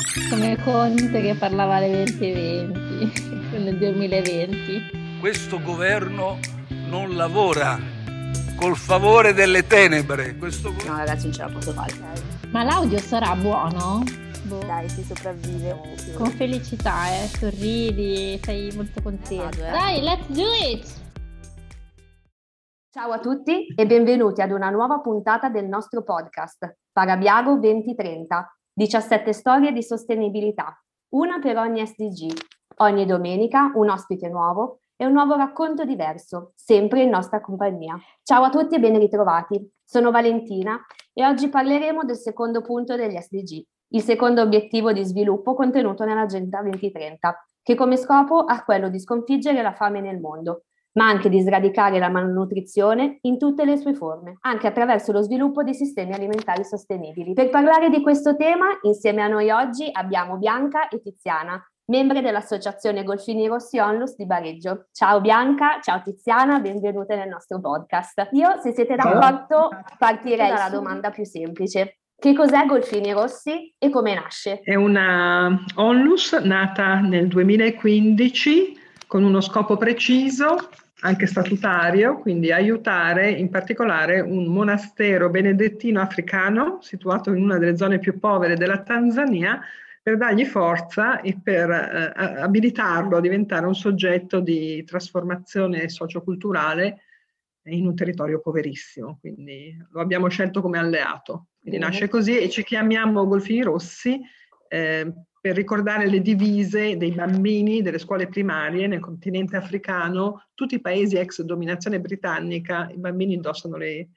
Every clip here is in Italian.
Come Conte che parlava alle 2020, nel 2020. Questo governo non lavora col favore delle tenebre. No, ragazzi, non ce la posso fare. Ma l'audio sarà buono? Boh. Dai, si sopravvive. Con felicità, sorridi, sei molto contento. Dai, let's do it! Ciao a tutti e benvenuti ad una nuova puntata del nostro podcast Parabiago 2030, 17 storie di sostenibilità, una per ogni SDG. Ogni domenica un ospite nuovo e un nuovo racconto diverso, sempre in nostra compagnia. Ciao a tutti e ben ritrovati. Sono Valentina e oggi parleremo del secondo punto degli SDG, il secondo obiettivo di sviluppo contenuto nell'Agenda 2030, che come scopo ha quello di sconfiggere la fame nel mondo, ma anche di sradicare la malnutrizione in tutte le sue forme, anche attraverso lo sviluppo di sistemi alimentari sostenibili. Per parlare di questo tema, insieme a noi oggi abbiamo Bianca e Tiziana, membri dell'Associazione Golfini Rossi Onlus di Bareggio. Ciao Bianca, ciao Tiziana, benvenute nel nostro podcast. Io, se siete d'accordo, partirei dalla domanda più semplice. Che cos'è Golfini Rossi e come nasce? È una onlus nata nel 2015 con uno scopo preciso, anche statutario, quindi aiutare in particolare un monastero benedettino africano situato in una delle zone più povere della Tanzania, per dargli forza e per abilitarlo a diventare un soggetto di trasformazione socioculturale in un territorio poverissimo. Quindi lo abbiamo scelto come alleato. Quindi nasce così e ci chiamiamo Golfini Rossi per ricordare le divise dei bambini delle scuole primarie nel continente africano. Tutti i paesi ex dominazione britannica, i bambini indossano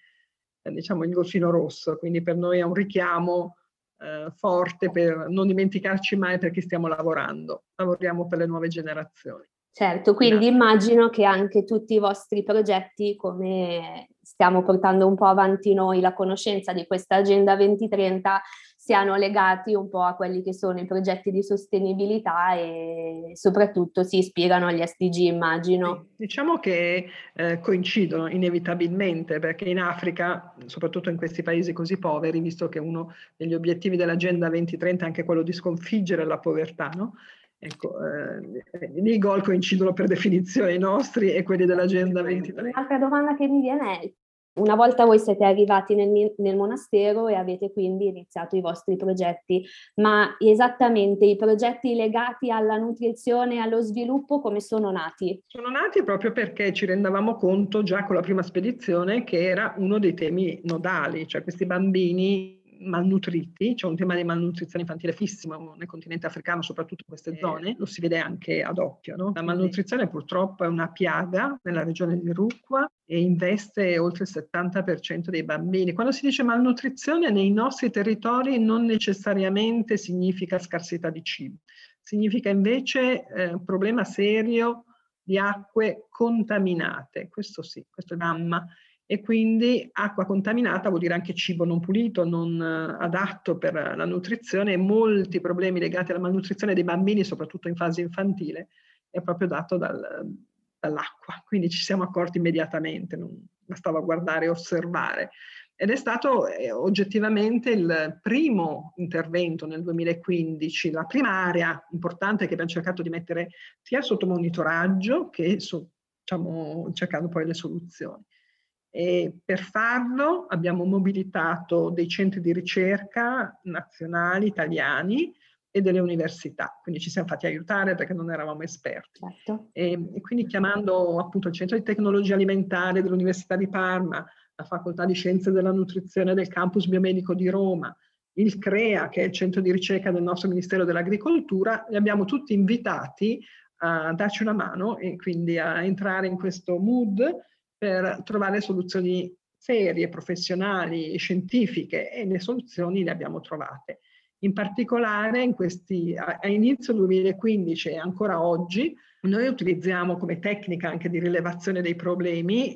il golfino rosso, quindi per noi è un richiamo forte per non dimenticarci mai per chi stiamo lavorando. Lavoriamo per le nuove generazioni. Certo, quindi immagino che anche tutti i vostri progetti, come stiamo portando un po' avanti noi, la conoscenza di questa Agenda 2030, siano legati un po' a quelli che sono i progetti di sostenibilità e soprattutto si ispirano agli SDG, immagino. Sì, diciamo che coincidono inevitabilmente, perché in Africa, soprattutto in questi paesi così poveri, visto che uno degli obiettivi dell'Agenda 2030 è anche quello di sconfiggere la povertà, no? Ecco, i goal coincidono per definizione i nostri e quelli dell'Agenda 2030. Un'altra domanda che mi viene è, una volta voi siete arrivati nel monastero e avete quindi iniziato i vostri progetti, ma esattamente i progetti legati alla nutrizione e allo sviluppo come sono nati? Sono nati proprio perché ci rendavamo conto già con la prima spedizione che era uno dei temi nodali, cioè questi bambini malnutriti, c'è un tema di malnutrizione infantile fissimo nel continente africano, soprattutto in queste zone, lo si vede anche ad occhio, no? La malnutrizione purtroppo è una piaga nella regione di Rukwa e investe oltre il 70% dei bambini. Quando si dice malnutrizione nei nostri territori non necessariamente significa scarsità di cibo, significa invece un problema serio di acque contaminate, questo sì, questo è il dramma. E quindi acqua contaminata vuol dire anche cibo non pulito, non adatto per la nutrizione, e molti problemi legati alla malnutrizione dei bambini, soprattutto in fase infantile, è proprio dato dall'acqua. Quindi ci siamo accorti immediatamente, non bastava guardare e osservare. Ed è stato oggettivamente il primo intervento nel 2015, la prima area importante che abbiamo cercato di mettere sia sotto monitoraggio che cercando poi le soluzioni. E per farlo abbiamo mobilitato dei centri di ricerca nazionali, italiani e delle università, quindi ci siamo fatti aiutare perché non eravamo esperti. Certo. E quindi chiamando appunto il Centro di Tecnologia Alimentare dell'Università di Parma, la Facoltà di Scienze della Nutrizione del Campus Biomedico di Roma, il CREA, che è il centro di ricerca del nostro Ministero dell'Agricoltura, li abbiamo tutti invitati a darci una mano e quindi a entrare in questo mood per trovare soluzioni serie, professionali, scientifiche, e le soluzioni le abbiamo trovate. In particolare a inizio 2015 e ancora oggi noi utilizziamo come tecnica anche di rilevazione dei problemi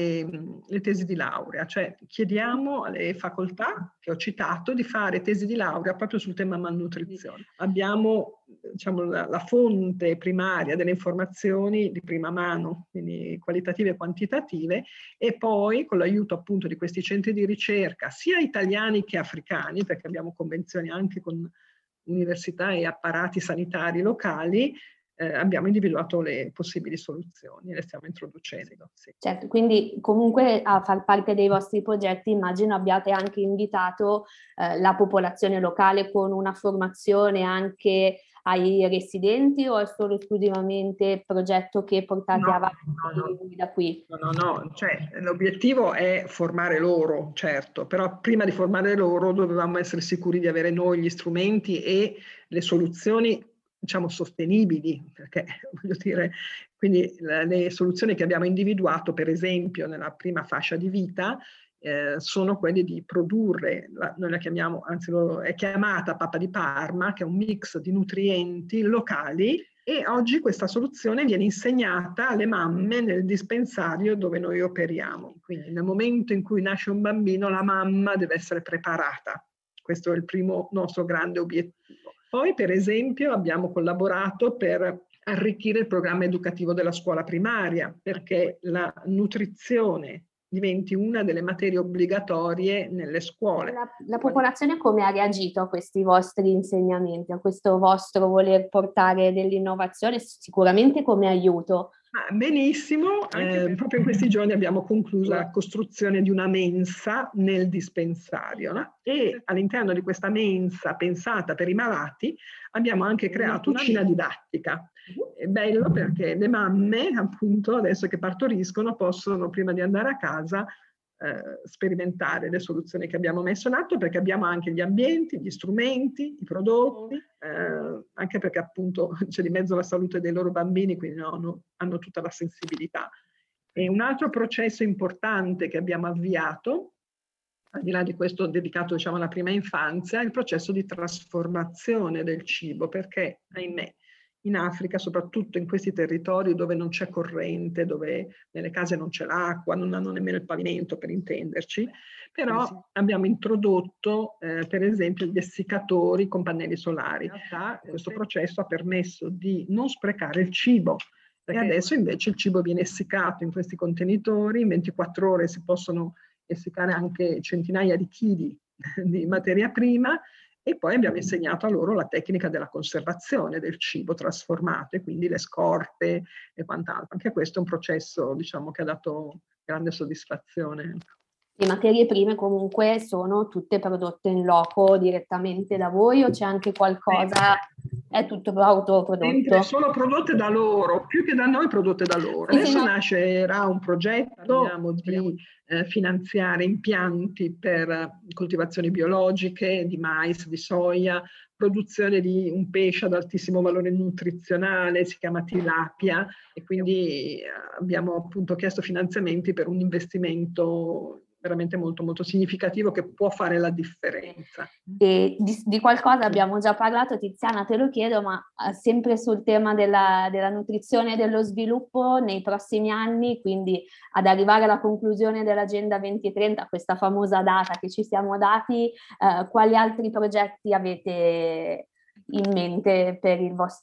le tesi di laurea, cioè chiediamo alle facoltà che ho citato di fare tesi di laurea proprio sul tema malnutrizione. Abbiamo la fonte primaria delle informazioni di prima mano, quindi qualitative e quantitative, e poi con l'aiuto appunto di questi centri di ricerca, sia italiani che africani, perché abbiamo convenzioni anche con università e apparati sanitari locali, abbiamo individuato le possibili soluzioni, le stiamo introducendo. Sì. Certo, quindi comunque a far parte dei vostri progetti immagino abbiate anche invitato la popolazione locale con una formazione anche ai residenti, o è solo esclusivamente progetto che portate avanti da qui? No, cioè, l'obiettivo è formare loro, certo, però prima di formare loro dovevamo essere sicuri di avere noi gli strumenti e le soluzioni, diciamo, sostenibili, perché voglio dire, quindi le soluzioni che abbiamo individuato, per esempio, nella prima fascia di vita, sono quelle di produrre, noi la chiamiamo, anzi è chiamata pappa di Parma, che è un mix di nutrienti locali, e oggi questa soluzione viene insegnata alle mamme nel dispensario dove noi operiamo. Quindi nel momento in cui nasce un bambino, la mamma deve essere preparata. Questo è il primo nostro grande obiettivo. Poi, per esempio, abbiamo collaborato per arricchire il programma educativo della scuola primaria, perché la nutrizione diventi una delle materie obbligatorie nelle scuole. La popolazione come ha reagito a questi vostri insegnamenti, a questo vostro voler portare dell'innovazione, sicuramente come aiuto? Benissimo, proprio in questi giorni abbiamo concluso la costruzione di una mensa nel dispensario, no? E all'interno di questa mensa pensata per i malati abbiamo anche creato una cucina didattica. È bello perché le mamme, appunto, adesso che partoriscono, possono prima di andare a casa sperimentare le soluzioni che abbiamo messo in atto, perché abbiamo anche gli ambienti, gli strumenti, i prodotti, anche perché appunto c'è di mezzo la salute dei loro bambini, quindi hanno tutta la sensibilità. E un altro processo importante che abbiamo avviato, al di là di questo dedicato, diciamo, alla prima infanzia, è il processo di trasformazione del cibo, perché, ahimè, in Africa, soprattutto in questi territori dove non c'è corrente, dove nelle case non c'è l'acqua, non hanno nemmeno il pavimento, per intenderci, però abbiamo introdotto per esempio gli essiccatori con pannelli solari. In realtà questo processo ha permesso di non sprecare il cibo, perché adesso invece il cibo viene essiccato in questi contenitori, in 24 ore si possono essiccare anche centinaia di chili di materia prima. E poi abbiamo insegnato a loro la tecnica della conservazione del cibo trasformato, e quindi le scorte e quant'altro. Anche questo è un processo, diciamo, che ha dato grande soddisfazione. Le materie prime comunque sono tutte prodotte in loco direttamente da voi, o c'è anche qualcosa, è tutto autoprodotto? Sono prodotte da loro, più che da noi prodotte da loro. Adesso nascerà un progetto, speriamo di finanziare impianti per coltivazioni biologiche di mais, di soia, produzione di un pesce ad altissimo valore nutrizionale, si chiama tilapia, e quindi abbiamo appunto chiesto finanziamenti per un investimento veramente molto molto significativo che può fare la differenza. E di qualcosa abbiamo già parlato, Tiziana, te lo chiedo, ma sempre sul tema della nutrizione e dello sviluppo nei prossimi anni, quindi ad arrivare alla conclusione dell'Agenda 2030, questa famosa data che ci siamo dati, quali altri progetti avete in mente per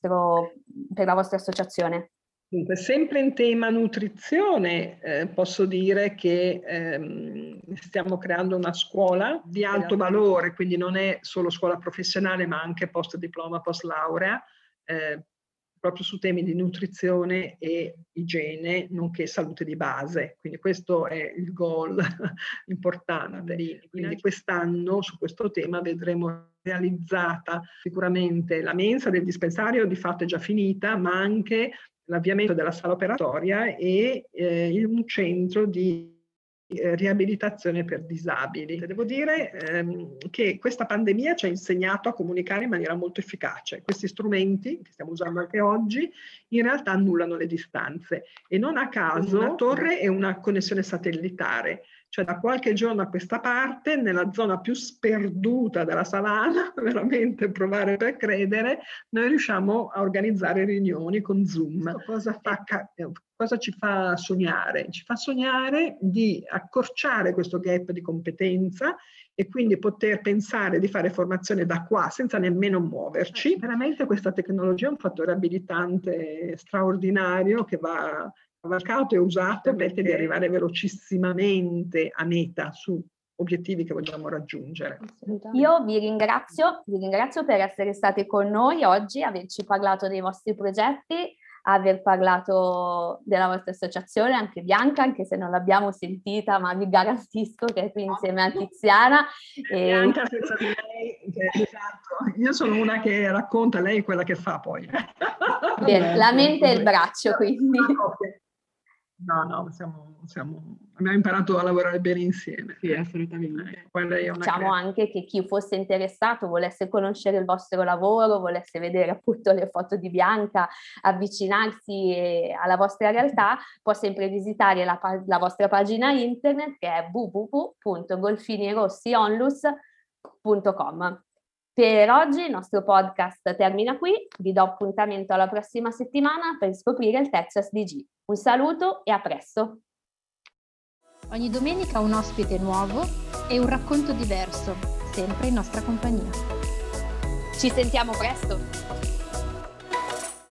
la vostra associazione? Dunque, sempre in tema nutrizione, posso dire che stiamo creando una scuola di alto valore, quindi non è solo scuola professionale, ma anche post diploma, post laurea, proprio su temi di nutrizione e igiene, nonché salute di base. Quindi questo è il goal importante. Quindi quest'anno su questo tema vedremo realizzata sicuramente la mensa del dispensario, di fatto è già finita, ma anche l'avviamento della sala operatoria e un centro di riabilitazione per disabili. Devo dire che questa pandemia ci ha insegnato a comunicare in maniera molto efficace. Questi strumenti che stiamo usando anche oggi in realtà annullano le distanze, e non a caso una torre è una connessione satellitare. Cioè da qualche giorno a questa parte, nella zona più sperduta della savana, veramente provare per credere, noi riusciamo a organizzare riunioni con Zoom. Cosa ci fa sognare? Ci fa sognare di accorciare questo gap di competenza e quindi poter pensare di fare formazione da qua senza nemmeno muoverci. Veramente questa tecnologia è un fattore abilitante straordinario che va cavalcato e usato, permette di arrivare velocissimamente a meta su obiettivi che vogliamo raggiungere. Io vi ringrazio per essere stati con noi oggi, averci parlato dei vostri progetti, aver parlato della vostra associazione, anche Bianca, anche se non l'abbiamo sentita, ma vi garantisco che è qui insieme a Tiziana. Bianca senza di lei, esatto. Io sono una che racconta, lei è quella che fa poi. Bene, la mente e il braccio, quindi. No, abbiamo imparato a lavorare bene insieme. Sì, assolutamente. Diciamo anche che chi fosse interessato, volesse conoscere il vostro lavoro, volesse vedere appunto le foto di Bianca, avvicinarsi alla vostra realtà, può sempre visitare la vostra pagina internet, che è www.golfinirossionlus.com. Per oggi il nostro podcast termina qui, vi do appuntamento alla prossima settimana per scoprire il terzo SDG. Un saluto e a presto! Ogni domenica un ospite nuovo e un racconto diverso, sempre in nostra compagnia. Ci sentiamo presto!